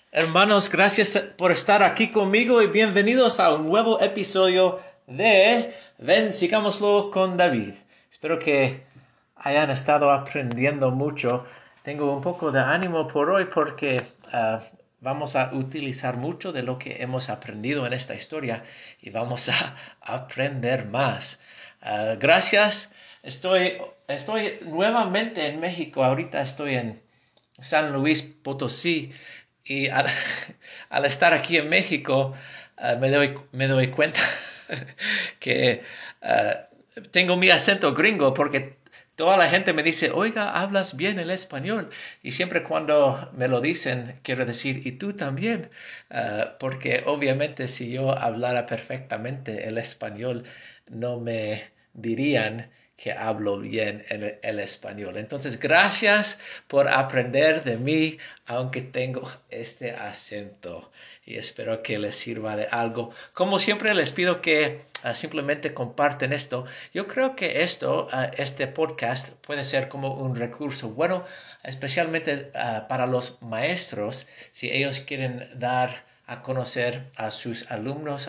Hermanos, gracias por estar aquí conmigo y bienvenidos a un nuevo episodio de Ven, sigámoslo con David. Espero que hayan estado aprendiendo mucho. Tengo un poco de ánimo por hoy porque vamos a utilizar mucho de lo que hemos aprendido en esta historia y vamos a aprender más. Gracias. Estoy nuevamente en México. Ahorita estoy en San Luis Potosí y al estar aquí en México me doy cuenta que tengo mi acento gringo porque toda la gente me dice, oiga, hablas bien el español. Y siempre cuando me lo dicen, quiero decir, y tú también. Porque obviamente si yo hablara perfectamente el español, no me dirían que hablo bien el español. Entonces, gracias por aprender de mí, aunque tengo este acento. Y espero que les sirva de algo. Como siempre, les pido que simplemente comparten esto. Yo creo que este podcast puede ser como un recurso bueno, especialmente para los maestros, si ellos quieren dar a conocer a sus alumnos,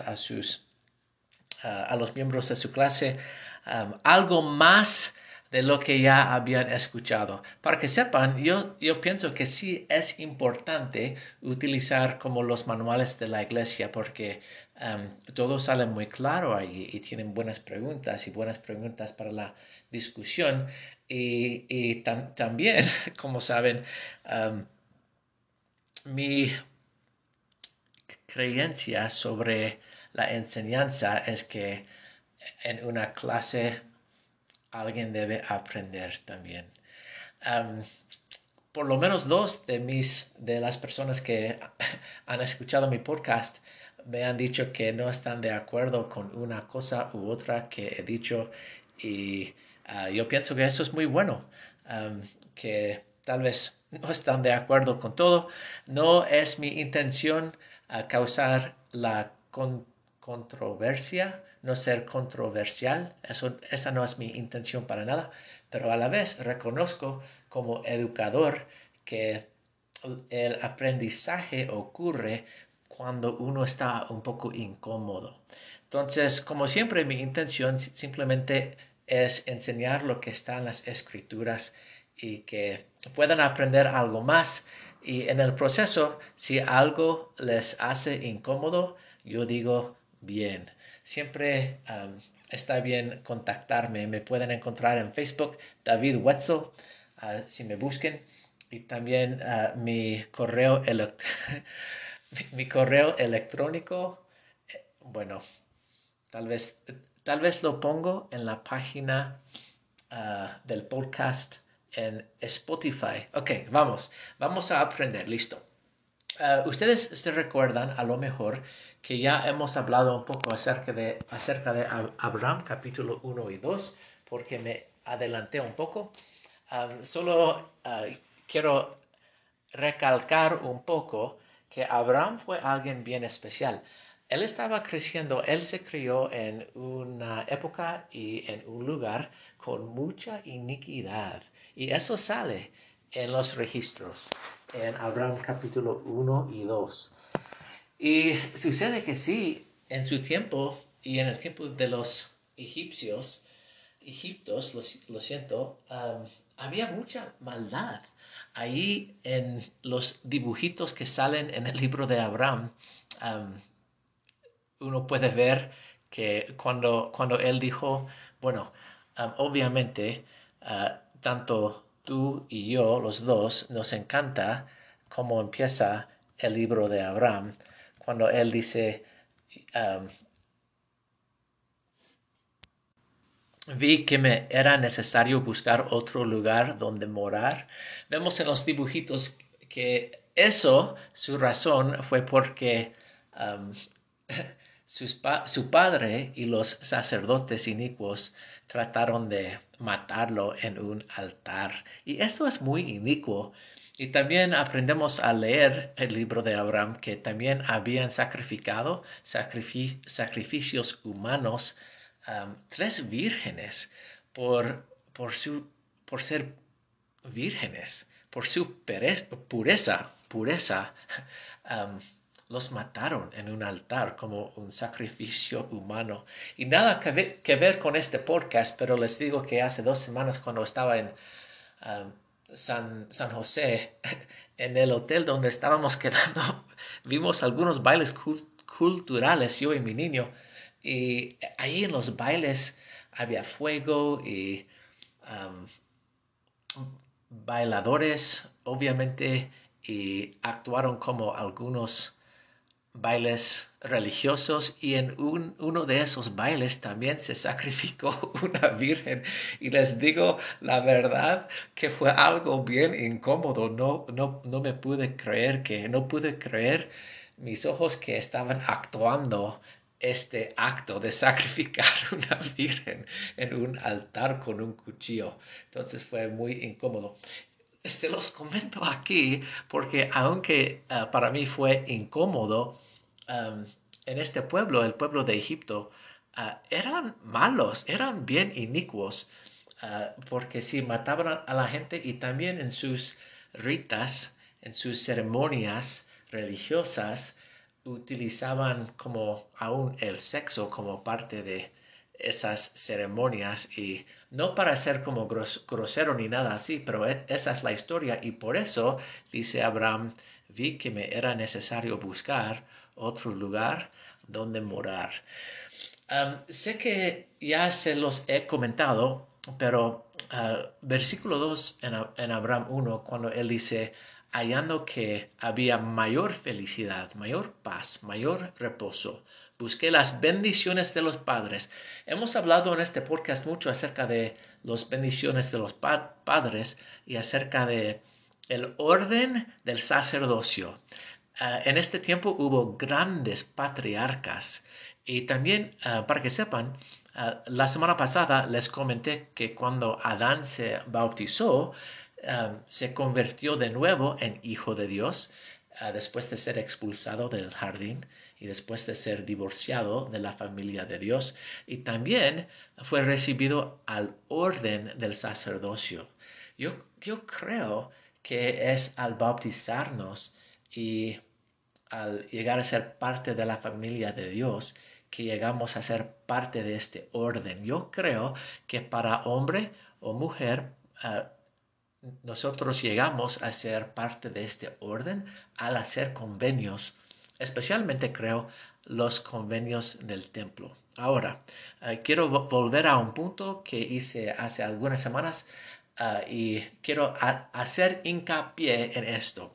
a los miembros de su clase, algo más de lo que ya habían escuchado. Para que sepan, yo pienso que sí es importante utilizar como los manuales de la iglesia porque todo sale muy claro allí y tienen buenas preguntas y buenas preguntas para la discusión. Y también, como saben, mi creencia sobre la enseñanza es que en una clase alguien debe aprender también. Um, por lo menos dos de las personas que han escuchado mi podcast me han dicho que no están de acuerdo con una cosa u otra que he dicho y yo pienso que eso es muy bueno, que tal vez no están de acuerdo con todo. No es mi intención causar la controversia, no ser controversial. Esa no es mi intención para nada, pero a la vez reconozco como educador que el aprendizaje ocurre cuando uno está un poco incómodo. Entonces, como siempre, mi intención simplemente es enseñar lo que está en las escrituras y que puedan aprender algo más. Y en el proceso, si algo les hace incómodo, yo digo bien. Siempre está bien contactarme. Me pueden encontrar en Facebook, David Wetzel, si me busquen. Y también mi correo electrónico, bueno, tal vez, tal vez lo pongo en la página del podcast en Spotify. Ok, vamos a aprender, listo. Ustedes se recuerdan a lo mejor que ya hemos hablado un poco acerca de Abraham, capítulo 1 y 2, porque me adelanté un poco. Solo quiero recalcar un poco que Abraham fue alguien bien especial. Él estaba creciendo, él se crió en una época y en un lugar con mucha iniquidad. Y eso sale en los registros, en Abraham capítulo 1 y 2. Y sucede que sí, en su tiempo y en el tiempo de los egiptos, lo siento, había mucha maldad. Ahí en los dibujitos que salen en el libro de Abraham, um, uno puede ver que cuando él dijo, bueno, obviamente, tanto tú y yo, los dos, nos encanta cómo empieza el libro de Abraham, cuando él dice, um, vi que me era necesario buscar otro lugar donde morar. Vemos en los dibujitos que su razón fue porque um, su padre y los sacerdotes inicuos trataron de matarlo en un altar. Y eso es muy inicuo. Y también aprendemos a leer el libro de Abraham que también habían sacrificado sacrificios humanos, tres vírgenes por, por, su, por ser vírgenes, por su pureza. um, los mataron en un altar como un sacrificio humano. Y nada que ver con este podcast, pero les digo que hace 2 semanas cuando estaba en um, San José, en el hotel donde estábamos quedando, vimos algunos bailes culturales, yo y mi niño. Y ahí en los bailes había fuego y um, bailadores, obviamente, y actuaron como algunos bailes religiosos y en uno de esos bailes también se sacrificó una virgen y les digo la verdad que fue algo bien incómodo. No me pude creer no pude creer mis ojos que estaban actuando este acto de sacrificar una virgen en un altar con un cuchillo. Entonces fue muy incómodo. Se los comento aquí porque aunque para mí fue incómodo, en este pueblo, el pueblo de Egipto, eran malos, eran bien inicuos, porque sí mataban a la gente y también en sus ritas, en sus ceremonias religiosas, utilizaban como aún el sexo como parte de esas ceremonias y no para ser como grosero ni nada así, pero esa es la historia y por eso dice Abraham, vi que me era necesario buscar otro lugar donde morar. Sé que ya se los he comentado, pero versículo 2 en Abraham 1, cuando él dice, hallando que había mayor felicidad, mayor paz, mayor reposo, busqué las bendiciones de los padres. Hemos hablado en este podcast mucho acerca de las bendiciones de los padres y acerca de el orden del sacerdocio. En este tiempo hubo grandes patriarcas y también, para que sepan, la semana pasada les comenté que cuando Adán se bautizó, se convirtió de nuevo en hijo de Dios después de ser expulsado del jardín y después de ser divorciado de la familia de Dios. Y también fue recibido al orden del sacerdocio. Yo creo que es al bautizarnos y al llegar a ser parte de la familia de Dios, que llegamos a ser parte de este orden. Yo creo que para hombre o mujer, nosotros llegamos a ser parte de este orden al hacer convenios, especialmente creo los convenios del templo. Ahora, quiero volver a un punto que hice hace algunas semanas y quiero hacer hincapié en esto.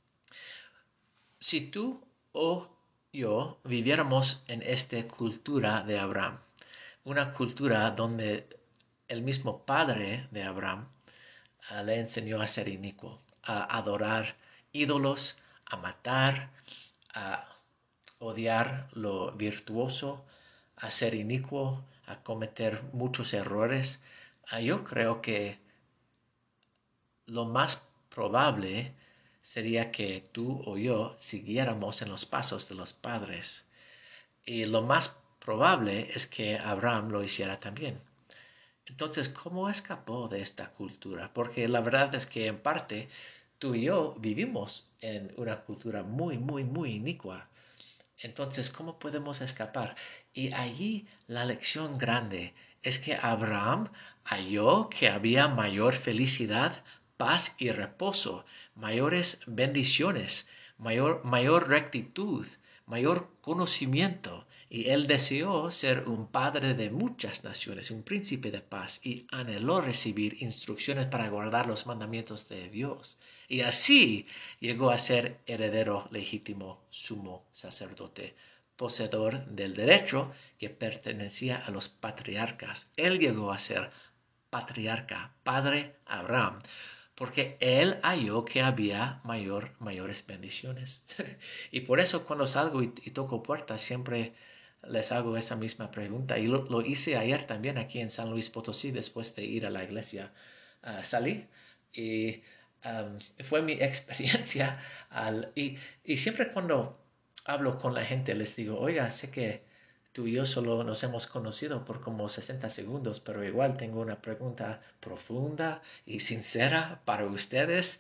Si tú o yo viviéramos en esta cultura de Abraham, una cultura donde el mismo padre de Abraham le enseñó a ser inicuo, a adorar ídolos, a matar, a odiar lo virtuoso, a ser inicuo, a cometer muchos errores, yo creo que lo más probable sería que tú o yo siguiéramos en los pasos de los padres. Y lo más probable es que Abraham lo hiciera también. Entonces, ¿cómo escapó de esta cultura? Porque la verdad es que en parte tú y yo vivimos en una cultura muy, muy, muy inicua. Entonces, ¿cómo podemos escapar? Y allí la lección grande es que Abraham halló que había mayor felicidad, paz y reposo, mayores bendiciones, mayor rectitud, mayor conocimiento. Y él deseó ser un padre de muchas naciones, un príncipe de paz, y anheló recibir instrucciones para guardar los mandamientos de Dios. Y así llegó a ser heredero legítimo, sumo sacerdote, poseedor del derecho que pertenecía a los patriarcas. Él llegó a ser patriarca, padre Abraham, porque él halló que había mayores bendiciones. Y por eso cuando salgo y toco puertas siempre les hago esa misma pregunta. Y lo hice ayer también aquí en San Luis Potosí después de ir a la iglesia. Salí y fue mi experiencia. Y siempre cuando hablo con la gente les digo, oiga, sé que tú y yo solo nos hemos conocido por como 60 segundos, pero igual tengo una pregunta profunda y sincera para ustedes.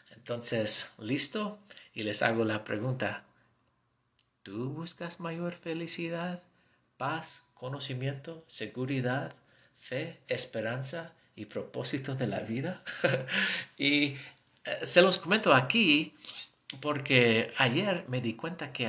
Entonces, ¿listo? Y les hago la pregunta. ¿Tú buscas mayor felicidad, paz, conocimiento, seguridad, fe, esperanza y propósito de la vida? Y se los comento aquí porque ayer me di cuenta que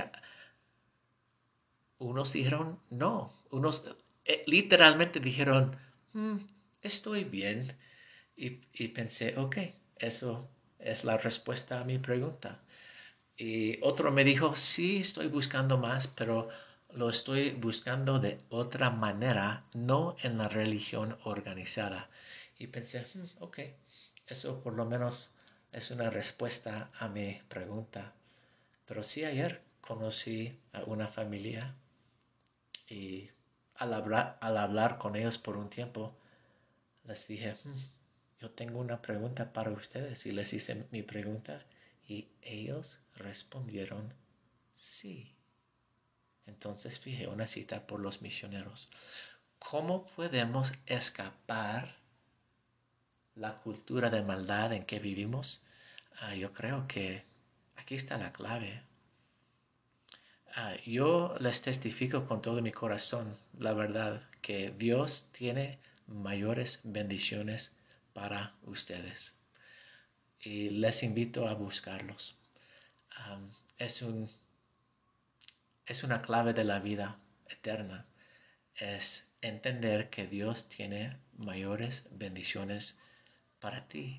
unos dijeron no, unos literalmente dijeron, "Mm, estoy bien". Y pensé, ok, eso es la respuesta a mi pregunta. Y otro me dijo, sí, estoy buscando más, pero lo estoy buscando de otra manera, no en la religión organizada. Y pensé, ok, eso por lo menos es una respuesta a mi pregunta. Pero sí, ayer conocí a una familia y al hablar con ellos por un tiempo, les dije, yo tengo una pregunta para ustedes. Y les hice mi pregunta y ellos respondieron sí. Entonces fijé una cita por los misioneros. ¿Cómo podemos escapar la cultura de maldad en que vivimos? Yo creo que aquí está la clave. Yo les testifico con todo mi corazón la verdad que Dios tiene mayores bendiciones para ustedes. Y les invito a buscarlos. Um, es, un, es una clave de la vida eterna. Es entender que Dios tiene mayores bendiciones para ti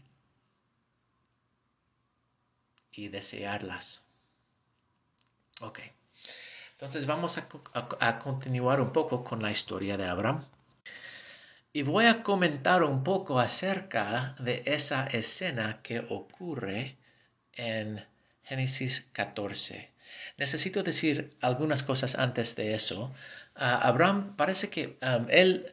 y desearlas. Ok, entonces vamos a continuar un poco con la historia de Abraham. Y voy a comentar un poco acerca de esa escena que ocurre en Génesis 14. Necesito decir algunas cosas antes de eso. Abraham parece que él,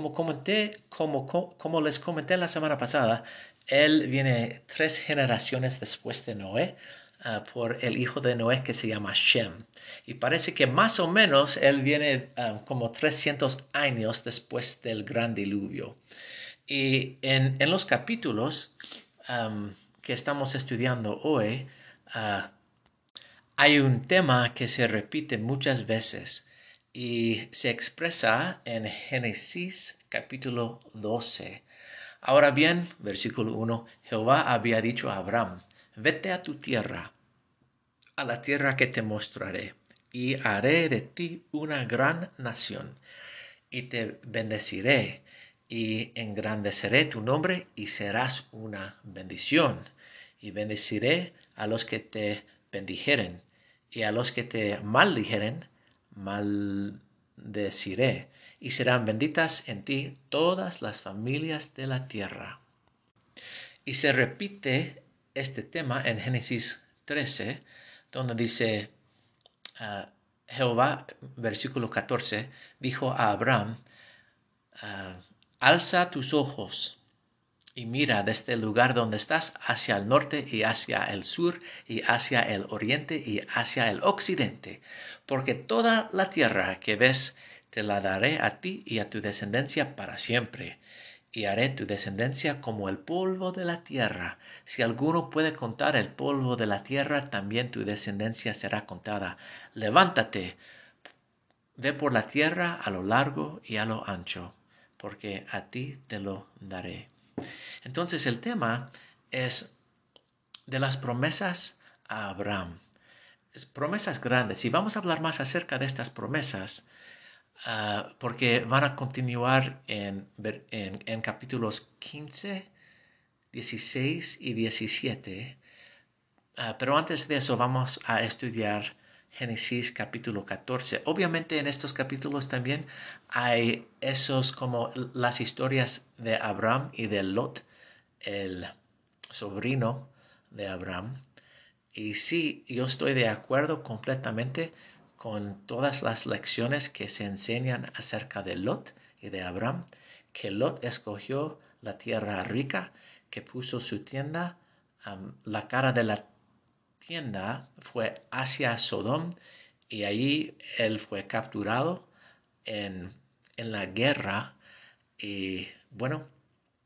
como les comenté la semana pasada, él viene 3 generaciones después de Noé, por el hijo de Noé que se llama Shem. Y parece que más o menos él viene como 300 años después del gran diluvio. Y en los capítulos que estamos estudiando hoy, uh, hay un tema que se repite muchas veces y se expresa en Génesis capítulo 12. Ahora bien, versículo 1, Jehová había dicho a Abraham, vete a tu tierra, a la tierra que te mostraré, y haré de ti una gran nación, y te bendeciré, y engrandeceré tu nombre, y serás una bendición. Y bendeciré a los que te bendijeren, y a los que te maldijeren, maldeciré. Y serán benditas en ti todas las familias de la tierra. Y se repite este tema en Génesis 13, donde dice, Jehová, versículo 14, dijo a Abraham, alza tus ojos y mira desde el lugar donde estás hacia el norte y hacia el sur y hacia el oriente y hacia el occidente, porque toda la tierra que ves te la daré a ti y a tu descendencia para siempre. Y haré tu descendencia como el polvo de la tierra. Si alguno puede contar el polvo de la tierra, también tu descendencia será contada. Levántate, ve por la tierra a lo largo y a lo ancho, porque a ti te lo daré. Entonces el tema es de las promesas a Abraham. Promesas grandes. Y vamos a hablar más acerca de estas promesas, porque van a continuar en capítulos 15, 16 y 17. Pero antes de eso vamos a estudiar Génesis capítulo 14. Obviamente en estos capítulos también hay esos como las historias de Abraham y de Lot, el sobrino de Abraham. Y sí, yo estoy de acuerdo completamente con todas las lecciones que se enseñan acerca de Lot y de Abraham, que Lot escogió la tierra rica, que puso su tienda, la cara de la tienda fue hacia Sodom y allí él fue capturado en la guerra y bueno,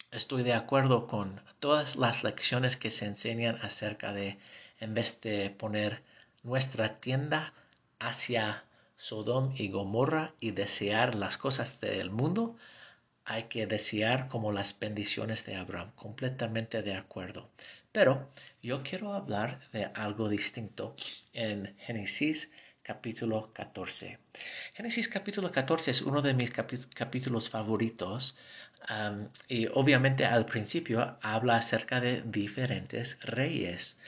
estoy de acuerdo con todas las lecciones que se enseñan acerca de, en vez de poner nuestra tienda hacia Sodom y Gomorra y desear las cosas del mundo, hay que desear como las bendiciones de Abraham. Completamente de acuerdo. Pero yo quiero hablar de algo distinto en Génesis capítulo 14. Génesis capítulo 14 es uno de mis capítulos favoritos. Y obviamente al principio habla acerca de diferentes reyes.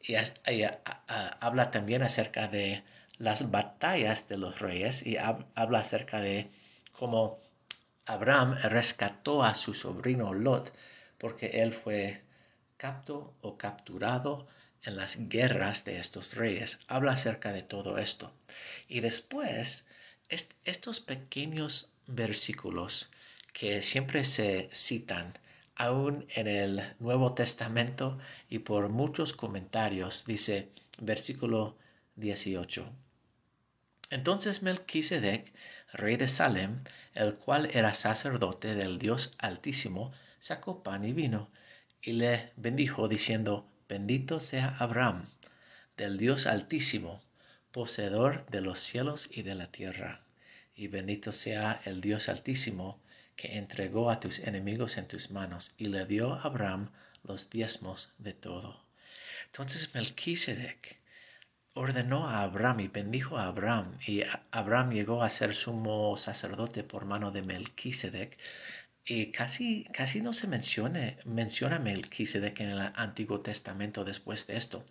Habla también acerca de las batallas de los reyes y habla acerca de cómo Abraham rescató a su sobrino Lot porque él fue capturado en las guerras de estos reyes. Habla acerca de todo esto. Y después, estos pequeños versículos que siempre se citan aún en el Nuevo Testamento y por muchos comentarios, dice versículo 18. Entonces Melquisedec, rey de Salem, el cual era sacerdote del Dios Altísimo, sacó pan y vino, y le bendijo, diciendo: Bendito sea Abraham, del Dios Altísimo, poseedor de los cielos y de la tierra, y bendito sea el Dios Altísimo, que entregó a tus enemigos en tus manos, y le dio a Abraham los diezmos de todo. Entonces Melquisedec ordenó a Abraham y bendijo a Abraham, y Abraham llegó a ser sumo sacerdote por mano de Melquisedec, y casi no se menciona Melquisedec en el Antiguo Testamento después de esto.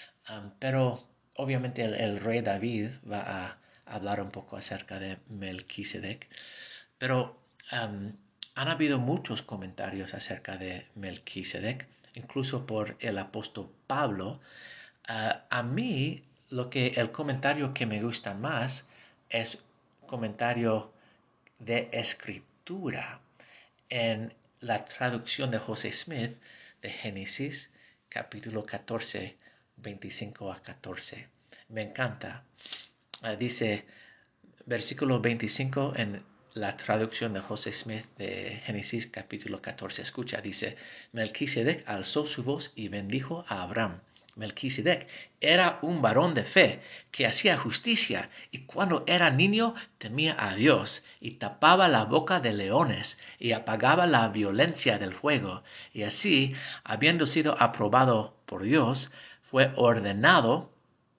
Pero obviamente el rey David va a hablar un poco acerca de Melquisedec, pero han habido muchos comentarios acerca de Melquisedec, incluso por el apóstol Pablo. A mí, el comentario que me gusta más es comentario de escritura en la traducción de José Smith de Génesis capítulo 14, 25 a 14. Me encanta. Dice versículo 25 en la traducción de José Smith de Génesis capítulo 14. Escucha, dice: Melquisedec alzó su voz y bendijo a Abraham. Melquisedec era un varón de fe que hacía justicia y cuando era niño temía a Dios y tapaba la boca de leones y apagaba la violencia del fuego. Y así, habiendo sido aprobado por Dios, fue ordenado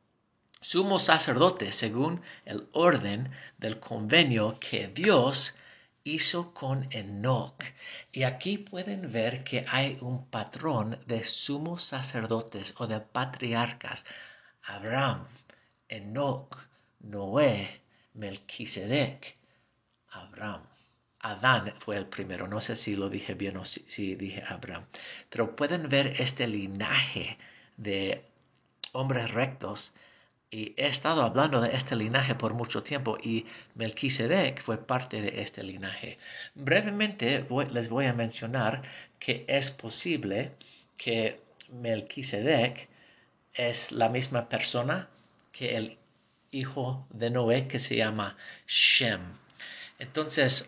sumo sacerdote según el orden del convenio que Dios hizo con Enoc. Y aquí pueden ver que hay un patrón de sumos sacerdotes o de patriarcas: Abraham, Enoc, Noé, Melquisedec, Abraham. Adán fue el primero. No sé si lo dije bien o si dije Abraham. Pero pueden ver este linaje de hombres rectos. Y he estado hablando de este linaje por mucho tiempo y Melquisedec fue parte de este linaje. Brevemente les voy a mencionar que es posible que Melquisedec es la misma persona que el hijo de Noé que se llama Shem. Entonces,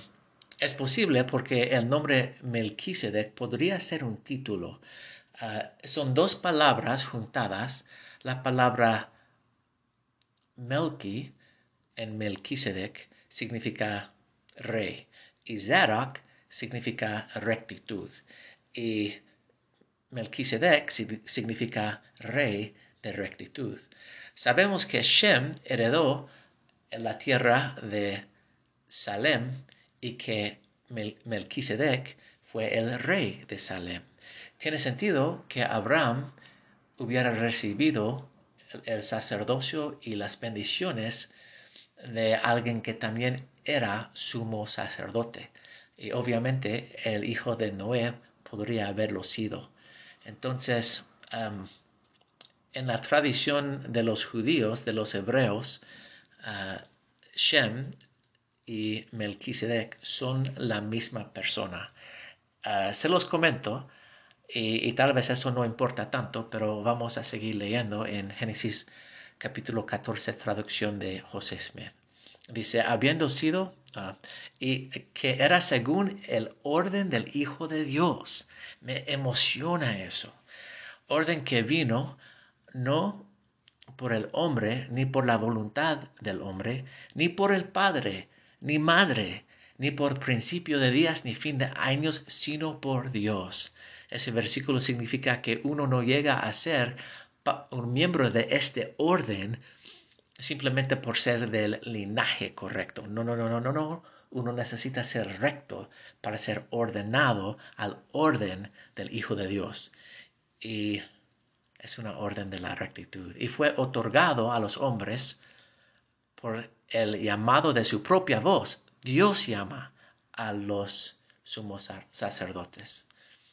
es posible porque el nombre Melquisedec podría ser un título. Son dos palabras juntadas. La palabra Melqui en Melquisedec significa rey y Zadok significa rectitud y Melquisedec significa rey de rectitud. Sabemos que Shem heredó la tierra de Salem y que Melquisedec fue el rey de Salem. Tiene sentido que Abraham hubiera recibido el sacerdocio y las bendiciones de alguien que también era sumo sacerdote. Y obviamente el hijo de Noé podría haberlo sido. Entonces, en la tradición de los judíos, de los hebreos, Shem y Melquisedec son la misma persona. Se los comento y tal vez eso no importa tanto, pero vamos a seguir leyendo en Génesis capítulo 14, traducción de José Smith. Dice: habiendo sido ah, y que era según el orden del Hijo de Dios. Me emociona eso. Orden que vino no por el hombre, ni por la voluntad del hombre, ni por el Padre, ni Madre, ni por principio de días, ni fin de años, sino por Dios. Ese versículo significa que uno no llega a ser un miembro de este orden simplemente por ser del linaje correcto. No, no, no, no, no, no. Uno necesita ser recto para ser ordenado al orden del Hijo de Dios. Y es una orden de la rectitud. Y fue otorgado a los hombres por el llamado de su propia voz. Dios llama a los sumos sacerdotes.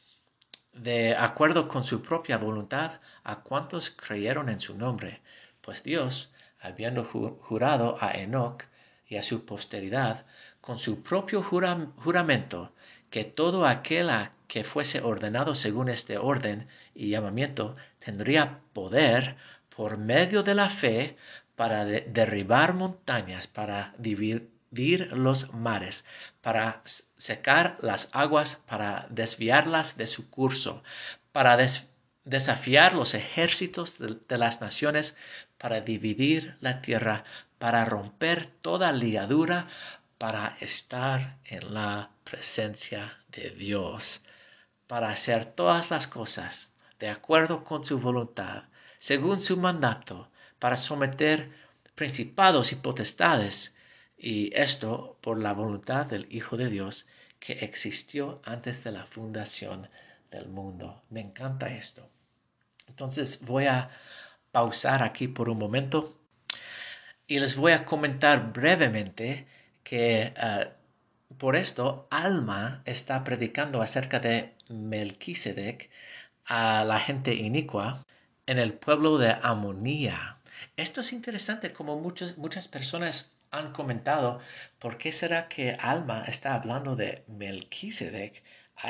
De acuerdo con su propia voluntad, a cuantos creyeron en su nombre, pues Dios, habiendo jurado a Enoc y a su posteridad, con su propio juramento, que todo aquel a que fuese ordenado según este orden y llamamiento, tendría poder por medio de la fe para derribar montañas, para dividir los mares, para secar las aguas, para desviarlas de su curso, para desafiar los ejércitos de las naciones, para dividir la tierra, para romper toda ligadura, para estar en la presencia de Dios, para hacer todas las cosas de acuerdo con su voluntad, según su mandato, para someter principados y potestades, y esto por la voluntad del Hijo de Dios que existió antes de la fundación del mundo. Me encanta esto. Entonces voy a pausar aquí por un momento y les voy a comentar brevemente que por esto Alma está predicando acerca de Melquisedec a la gente inicua en el pueblo de Amonía. Esto es interesante, como muchas personas han comentado, ¿por qué será que Alma está hablando de Melquisedec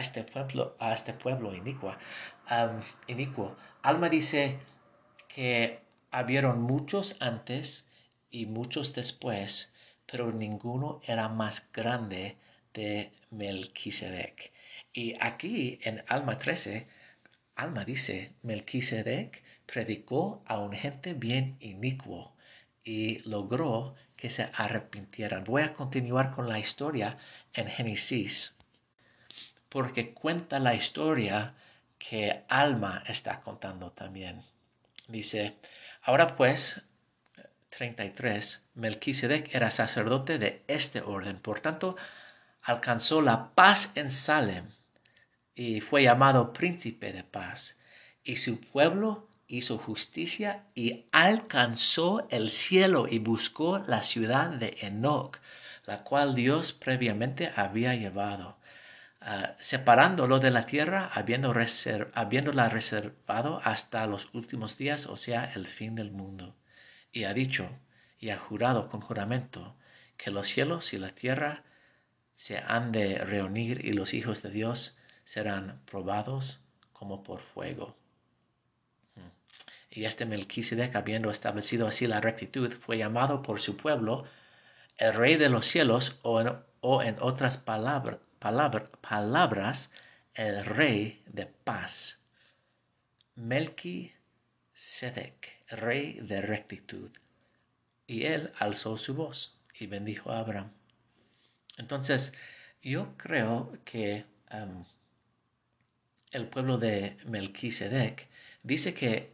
a este pueblo inicuo? Alma dice que habieron muchos antes y muchos después, pero ninguno era más grande de Melquisedec. Y aquí en Alma 13, Alma dice, Melquisedec predicó a un gente bien inicuo y logró que se arrepintieran. Voy a continuar con la historia en Génesis, porque cuenta la historia que Alma está contando también. Dice, ahora pues, 33, Melquisedec era sacerdote de este orden. Por tanto, alcanzó la paz en Salem y fue llamado príncipe de paz. Y su pueblo hizo justicia y alcanzó el cielo y buscó la ciudad de Enoc, la cual Dios previamente había llevado, separándolo de la tierra, habiéndola reservado hasta los últimos días, o sea, el fin del mundo. Y ha dicho, y ha jurado con juramento, que los cielos y la tierra se han de reunir y los hijos de Dios serán probados como por fuego. Y este Melquisedec, habiendo establecido así la rectitud, fue llamado por su pueblo el Rey de los cielos, o en otras palabras, el Rey de paz. Melquisedec, Rey de rectitud. Y él alzó su voz y bendijo a Abraham. Entonces, yo creo que el pueblo de Melquisedec dice que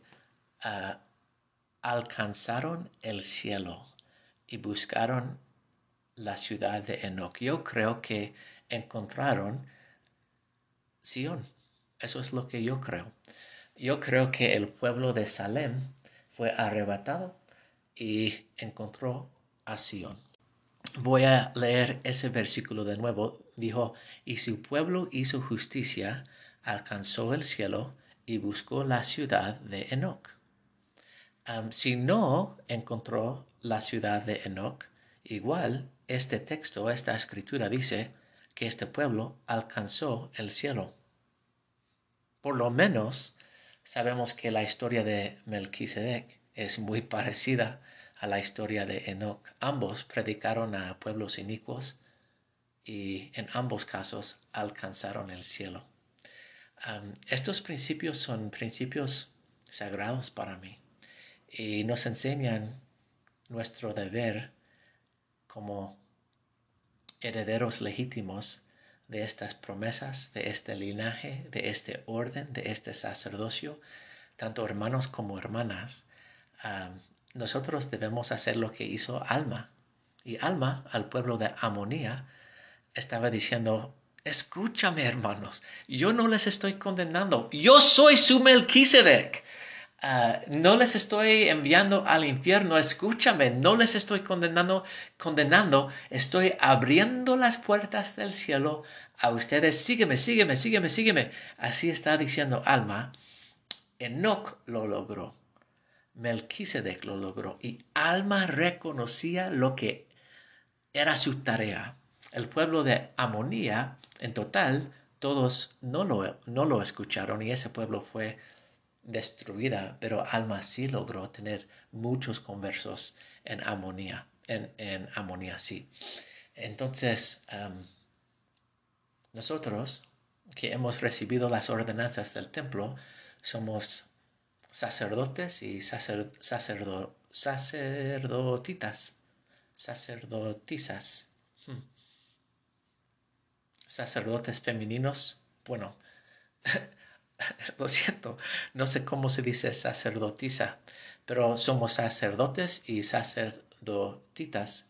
alcanzaron el cielo y buscaron la ciudad de Enoc. Yo creo que encontraron Sion. Eso es lo que yo creo. Yo creo que el pueblo de Salem fue arrebatado y encontró a Sion. Voy a leer ese versículo de nuevo. Dijo, y su pueblo hizo justicia, alcanzó el cielo y buscó la ciudad de Enoc. Si no encontró la ciudad de Enoc, igual este texto, esta escritura dice que este pueblo alcanzó el cielo. Por lo menos sabemos que la historia de Melquisedec es muy parecida a la historia de Enoc. Ambos predicaron a pueblos inicuos y en ambos casos alcanzaron el cielo. Estos principios son principios sagrados para mí y nos enseñan nuestro deber como herederos legítimos de estas promesas, de este linaje, de este orden, de este sacerdocio, tanto hermanos como hermanas. Nosotros debemos hacer lo que hizo Alma. Y Alma, al pueblo de Amonía, estaba diciendo: escúchame, hermanos, yo no les estoy condenando, yo soy su Melquisedec. No les estoy enviando al infierno, escúchame, no les estoy condenando, estoy abriendo las puertas del cielo a ustedes, sígueme, sígueme, sígueme, sígueme. Así está diciendo Alma. Enoc lo logró, Melquisedec lo logró, y Alma reconocía lo que era su tarea. El pueblo de Amonía, en total, todos no lo escucharon y ese pueblo fue destruida, pero Alma sí logró tener muchos conversos en Amonía, en Amonía, sí. Entonces, nosotros que hemos recibido las ordenanzas del templo, somos sacerdotes y sacerdotisas, sacerdotes femeninos. Bueno, lo siento, no sé cómo se dice sacerdotisa, pero somos sacerdotes y sacerdotitas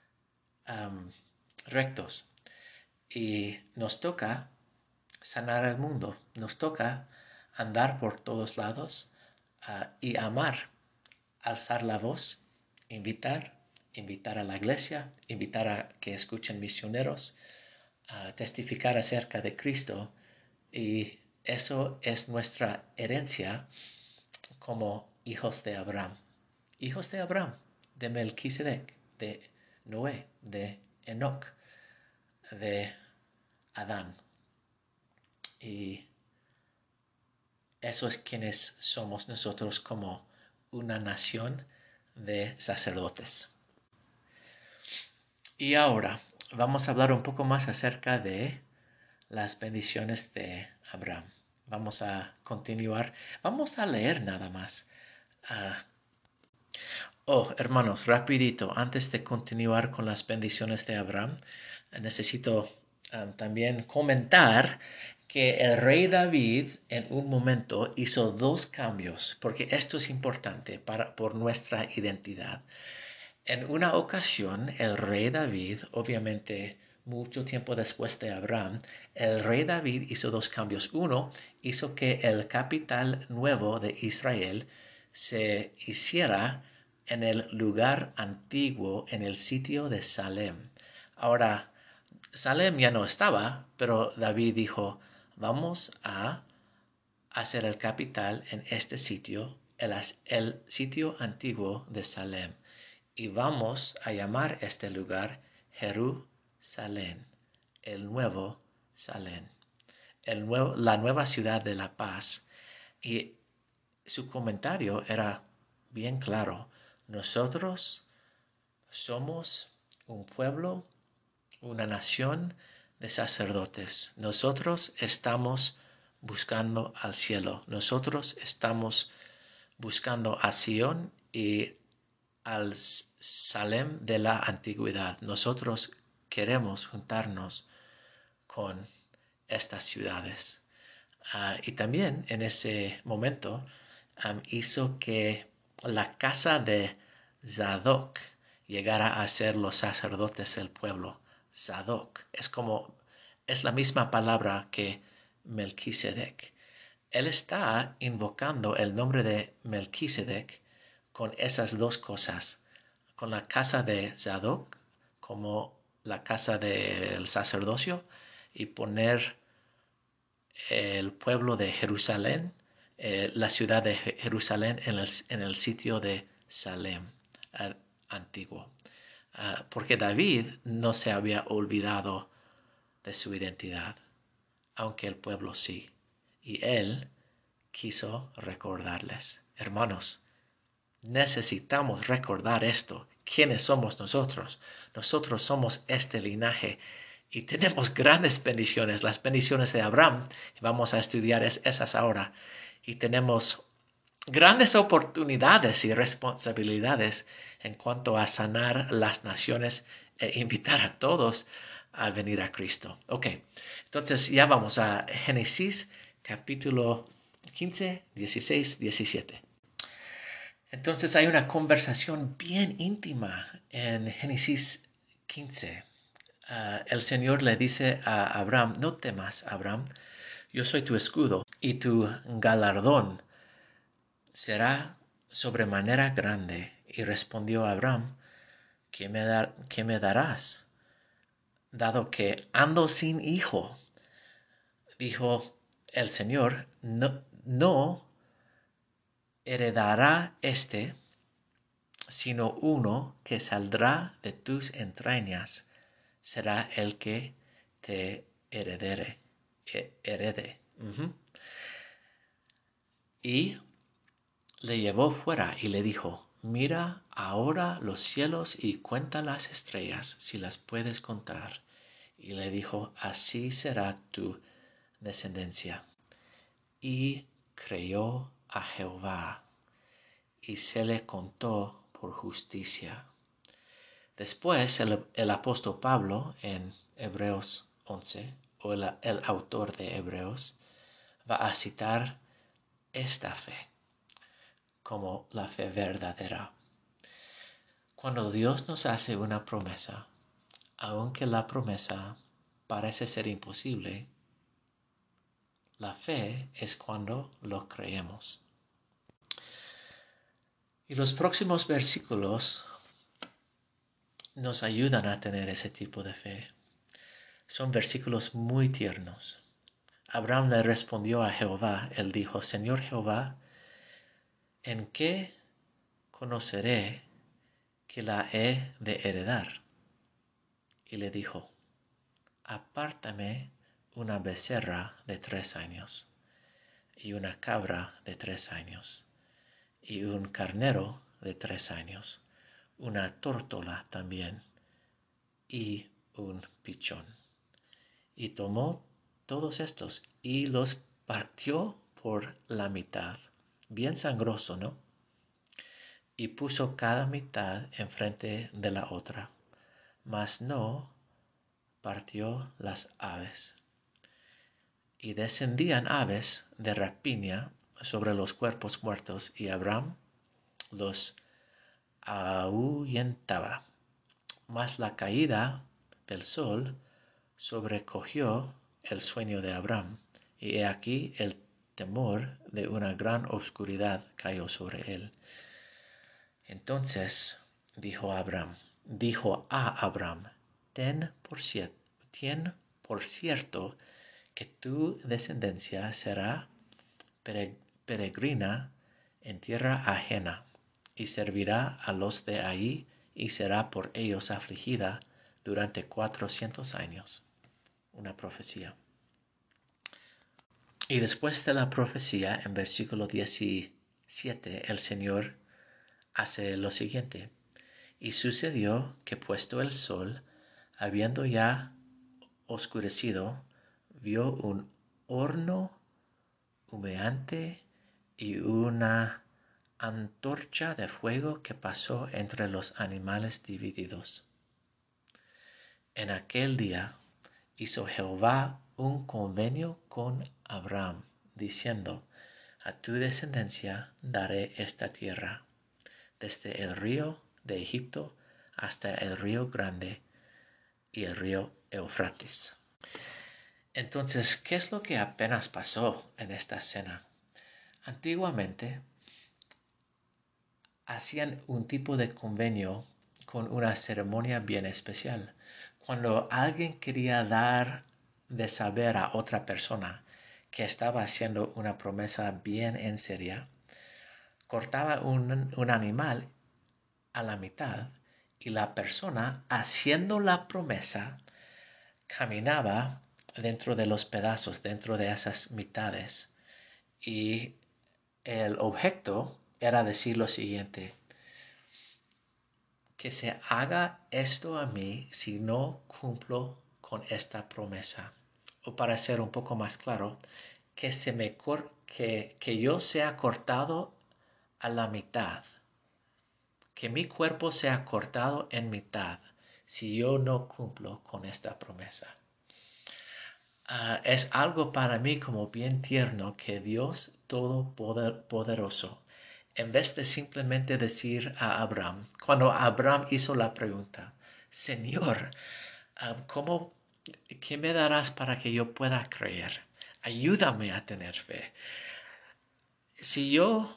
rectos. Y nos toca sanar el mundo, nos toca andar por todos lados y amar, alzar la voz, invitar a la iglesia, invitar a que escuchen misioneros, testificar acerca de Cristo. Y eso es nuestra herencia como hijos de Abraham. Hijos de Abraham, de Melquisedec, de Noé, de Enoc, de Adán. Y eso es quienes somos nosotros como una nación de sacerdotes. Y ahora vamos a hablar un poco más acerca de las bendiciones de Abraham. Vamos a continuar. Vamos a leer nada más. Hermanos, rapidito, antes de continuar con las bendiciones de Abraham, necesito también comentar que el rey David en un momento hizo 2 cambios, porque esto es importante por nuestra identidad. En una ocasión, el rey David, obviamente mucho tiempo después de Abraham, el rey David hizo 2 cambios. Uno, hizo que el capital nuevo de Israel se hiciera en el lugar antiguo, en el sitio de Salem. Ahora, Salem ya no estaba, pero David dijo: vamos a hacer el capital en este sitio, el sitio antiguo de Salem. Y vamos a llamar este lugar Jerusalén, el nuevo Salem, la nueva ciudad de la paz. Y su comentario era bien claro: nosotros somos un pueblo, una nación de sacerdotes. Nosotros estamos buscando al cielo. Nosotros estamos buscando a Sion y al Salem de la antigüedad. Nosotros queremos juntarnos con estas ciudades. Y también en ese momento hizo que la casa de Zadok llegara a ser los sacerdotes del pueblo. Zadok es la misma palabra que Melquisedec. Él está invocando el nombre de Melquisedec con esas 2 cosas, con la casa de Zadok como la casa del sacerdocio, y poner el pueblo de Jerusalén, la ciudad de Jerusalén en el sitio de Salem antiguo. Porque David no se había olvidado de su identidad, aunque el pueblo sí. Y él quiso recordarles. Hermanos, necesitamos recordar esto. ¿Quiénes somos nosotros? Nosotros somos este linaje Y tenemos grandes bendiciones, las bendiciones de Abraham. Vamos a estudiar esas ahora. Y tenemos grandes oportunidades y responsabilidades en cuanto a sanar las naciones e invitar a todos a venir a Cristo. Ok, entonces ya vamos a Génesis capítulo 15, 16, 17. Entonces hay una conversación bien íntima en Génesis 15. El Señor le dice a Abraham, no temas, Abraham, yo soy tu escudo y tu galardón será sobremanera grande. Y respondió Abraham, ¿qué me darás? Dado que ando sin hijo. Dijo el Señor, no heredará sino uno que saldrá de tus entrañas, será el que te herede. Y le llevó fuera y le dijo, mira ahora los cielos y cuenta las estrellas, si las puedes contar. Y le dijo, así será tu descendencia. Y creyó a Jehová, y se le contó por justicia. Después el apóstol Pablo en Hebreos 11, o el autor de Hebreos, va a citar esta fe como la fe verdadera. Cuando Dios nos hace una promesa, aunque la promesa parece ser imposible, la fe es cuando lo creemos. Y los próximos versículos nos ayudan a tener ese tipo de fe. Son versículos muy tiernos. Abraham le respondió a Jehová, él dijo, Señor Jehová, ¿en qué conoceré que la he de heredar? Y le dijo, apártame una becerra de 3 años, y una cabra de 3 años, y un carnero de 3 años, una tórtola también, y un pichón. Y tomó todos estos y los partió por la mitad, bien sangroso, ¿no? Y puso cada mitad enfrente de la otra, mas no partió las aves. Y descendían aves de rapiña sobre los cuerpos muertos, y Abraham los ahuyentaba. Mas la caída del sol sobrecogió el sueño de Abraham, y he aquí el temor de una gran oscuridad cayó sobre él. Entonces dijo a Abraham, ten por cierto que tu descendencia será peregrina en tierra ajena, y servirá a los de allí, y será por ellos afligida durante 400 años. Una profecía. Y después de la profecía, en versículo 17, el Señor hace lo siguiente. Y sucedió que puesto el sol, habiendo ya oscurecido, vio un horno humeante y una antorcha de fuego que pasó entre los animales divididos. En aquel día hizo Jehová un convenio con Abraham, diciendo, a tu descendencia daré esta tierra, desde el río de Egipto hasta el río Grande y el río Eufrates. Entonces, ¿qué es lo que apenas pasó en esta escena? Antiguamente, hacían un tipo de convenio con una ceremonia bien especial. Cuando alguien quería dar de saber a otra persona que estaba haciendo una promesa bien en serio, cortaba un animal a la mitad y la persona haciendo la promesa caminaba dentro de los pedazos, dentro de esas mitades. Y el objeto era decir lo siguiente: que se haga esto a mí si no cumplo con esta promesa. O para ser un poco más claro, que yo sea cortado a la mitad, que mi cuerpo sea cortado en mitad si yo no cumplo con esta promesa. Es algo para mí como bien tierno que Dios Todopoderoso, en vez de simplemente decir a Abraham, cuando Abraham hizo la pregunta, Señor, ¿qué me darás para que yo pueda creer? Ayúdame a tener fe. Si yo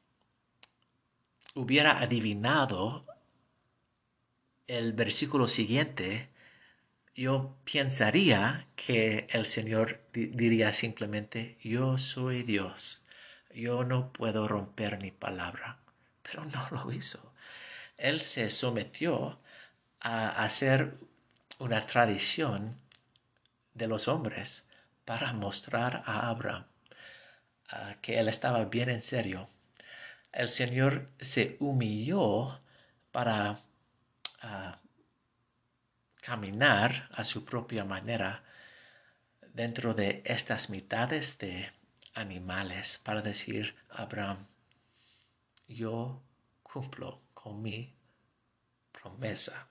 hubiera adivinado el versículo siguiente, yo pensaría que el Señor diría simplemente, yo soy Dios, yo no puedo romper mi palabra. Pero no lo hizo. Él se sometió a hacer una tradición de los hombres para mostrar a Abraham que él estaba bien en serio. El Señor se humilló para caminar a su propia manera dentro de estas mitades de animales para decir, Abraham, yo cumplo con mi promesa.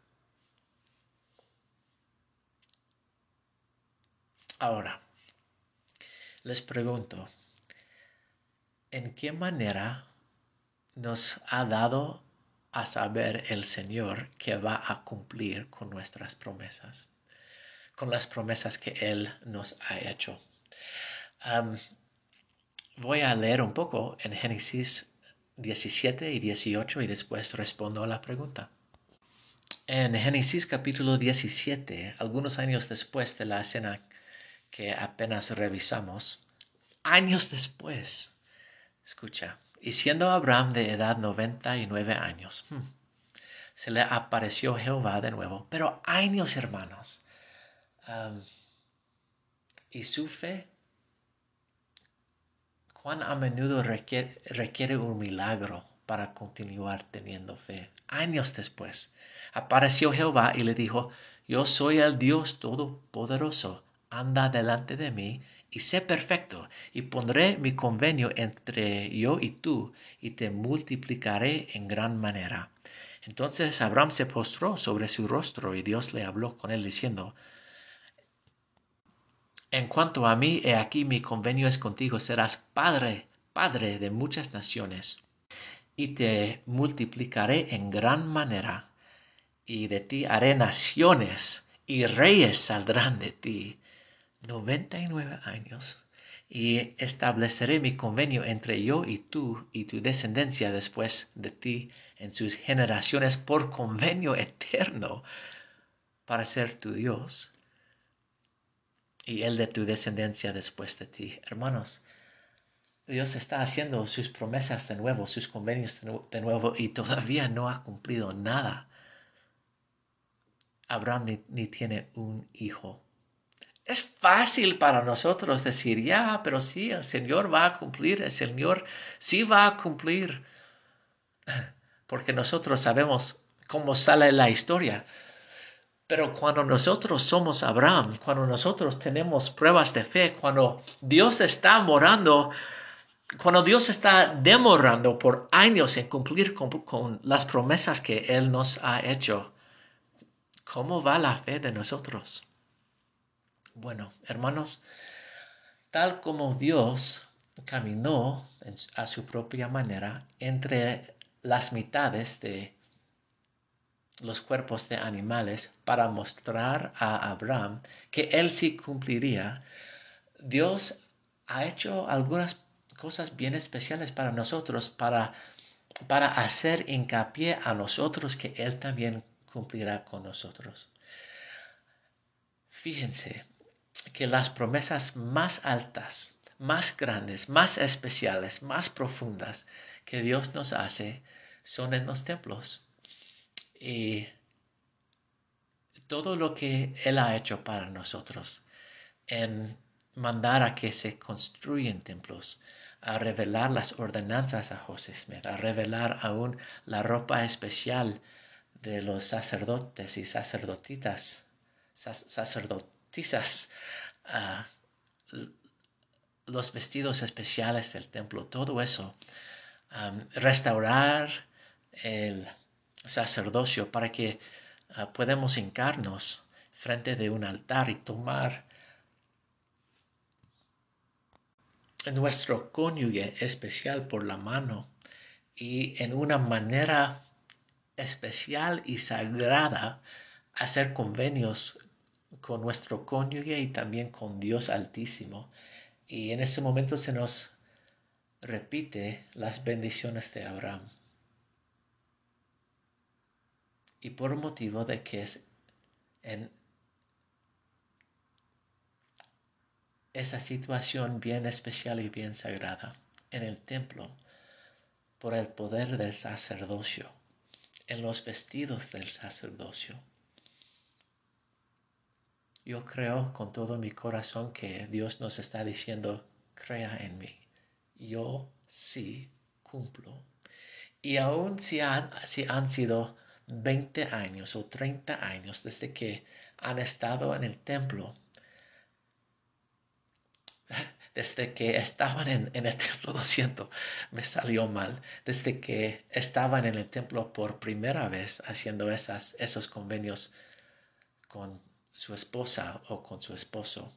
Ahora, les pregunto, ¿en qué manera nos ha dado a saber el Señor que va a cumplir con nuestras promesas, con las promesas que Él nos ha hecho? Voy a leer un poco en Génesis 17 y 18 y después respondo a la pregunta. En Génesis capítulo 17, algunos años después de la escena que apenas revisamos, años después, escucha, y siendo Abraham de edad 99 años, se le apareció Jehová de nuevo, pero años, hermanos, y su fe, cuán a menudo requiere un milagro para continuar teniendo fe. Años después, apareció Jehová y le dijo, yo soy el Dios Todopoderoso, anda delante de mí y sé perfecto, y pondré mi convenio entre yo y tú, y te multiplicaré en gran manera. Entonces Abraham se postró sobre su rostro, y Dios le habló con él diciendo, en cuanto a mí, he aquí mi convenio es contigo, serás padre de muchas naciones, y te multiplicaré en gran manera, y de ti haré naciones, y reyes saldrán de ti. 99 años, y estableceré mi convenio entre yo y tu descendencia después de ti en sus generaciones por convenio eterno para ser tu Dios y el de tu descendencia después de ti. Hermanos, Dios está haciendo sus promesas de nuevo, sus convenios de nuevo, y todavía no ha cumplido nada. Abraham ni tiene un hijo. Es fácil para nosotros decir, ya, pero sí, el Señor va a cumplir, el Señor sí va a cumplir, porque nosotros sabemos cómo sale la historia. Pero cuando nosotros somos Abraham, cuando nosotros tenemos pruebas de fe, cuando Dios está morando, cuando Dios está demorando por años en cumplir con las promesas que Él nos ha hecho, ¿cómo va la fe de nosotros? Bueno, hermanos, tal como Dios caminó a su propia manera entre las mitades de los cuerpos de animales para mostrar a Abraham que él sí cumpliría, Dios ha hecho algunas cosas bien especiales para nosotros, para hacer hincapié a nosotros que Él también cumplirá con nosotros. Fíjense que las promesas más altas, más grandes, más especiales, más profundas que Dios nos hace son en los templos. Y todo lo que Él ha hecho para nosotros en mandar a que se construyan templos, a revelar las ordenanzas a José Smith, a revelar aún la ropa especial de los sacerdotes y sacerdotisas quizás los vestidos especiales del templo, todo eso, restaurar el sacerdocio para que podamos hincarnos frente de un altar y tomar nuestro cónyuge especial por la mano y en una manera especial y sagrada hacer convenios con nuestro cónyuge y también con Dios Altísimo. Y en ese momento se nos repite las bendiciones de Abraham. Y por motivo de que es en esa situación bien especial y bien sagrada, en el templo, por el poder del sacerdocio, en los vestidos del sacerdocio. Yo creo con todo mi corazón que Dios nos está diciendo, crea en mí. Yo sí cumplo. Y aun si han sido 20 años o 30 años desde que han estado en el templo, desde que estaban en el templo, lo siento, me salió mal, desde que estaban en el templo por primera vez haciendo esos convenios con su esposa o con su esposo,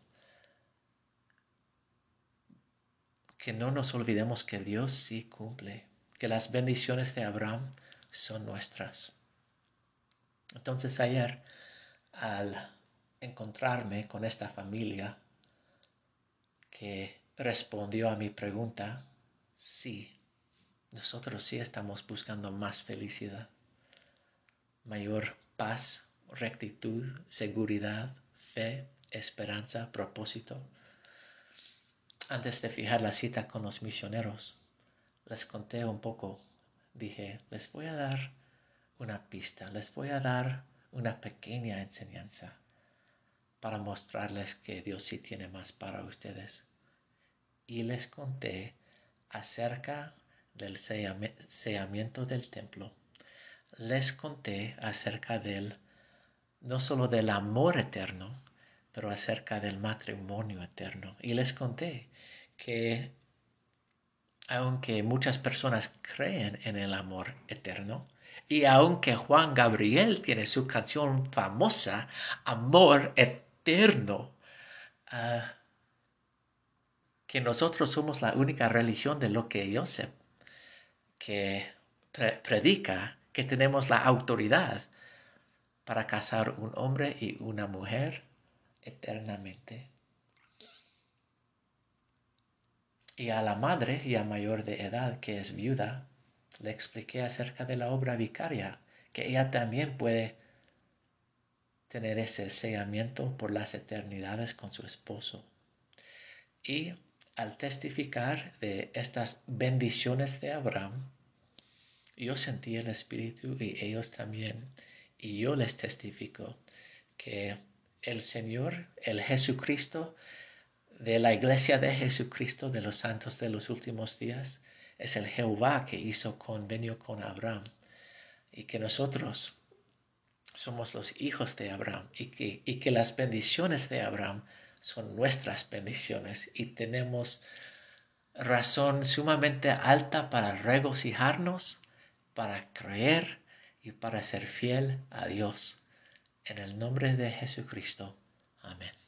que no nos olvidemos que Dios sí cumple, que las bendiciones de Abraham son nuestras. Entonces ayer, al encontrarme con esta familia que respondió a mi pregunta, sí, nosotros sí estamos buscando más felicidad, mayor paz, rectitud, seguridad, fe, esperanza, propósito. Antes de fijar la cita con los misioneros, les conté un poco. Dije, les voy a dar una pista, les voy a dar una pequeña enseñanza para mostrarles que Dios sí tiene más para ustedes. Y les conté acerca del sellamiento del templo. Les conté acerca no solo del amor eterno, pero acerca del matrimonio eterno. Y les conté que aunque muchas personas creen en el amor eterno, y aunque Juan Gabriel tiene su canción famosa, Amor Eterno, que nosotros somos la única religión de lo que yo sé, que predica que tenemos la autoridad para casar un hombre y una mujer eternamente. Y a la madre ya mayor de edad, que es viuda, le expliqué acerca de la obra vicaria, que ella también puede tener ese sellamiento por las eternidades con su esposo. Y al testificar de estas bendiciones de Abraham, yo sentí el Espíritu y ellos también. Y yo les testifico que el Señor, el Jesucristo, de la iglesia de Jesucristo de los santos de los últimos días, es el Jehová que hizo convenio con Abraham. Y que nosotros somos los hijos de Abraham y que las bendiciones de Abraham son nuestras bendiciones y tenemos razón sumamente alta para regocijarnos, para creer y para ser fiel a Dios. En el nombre de Jesucristo. Amén.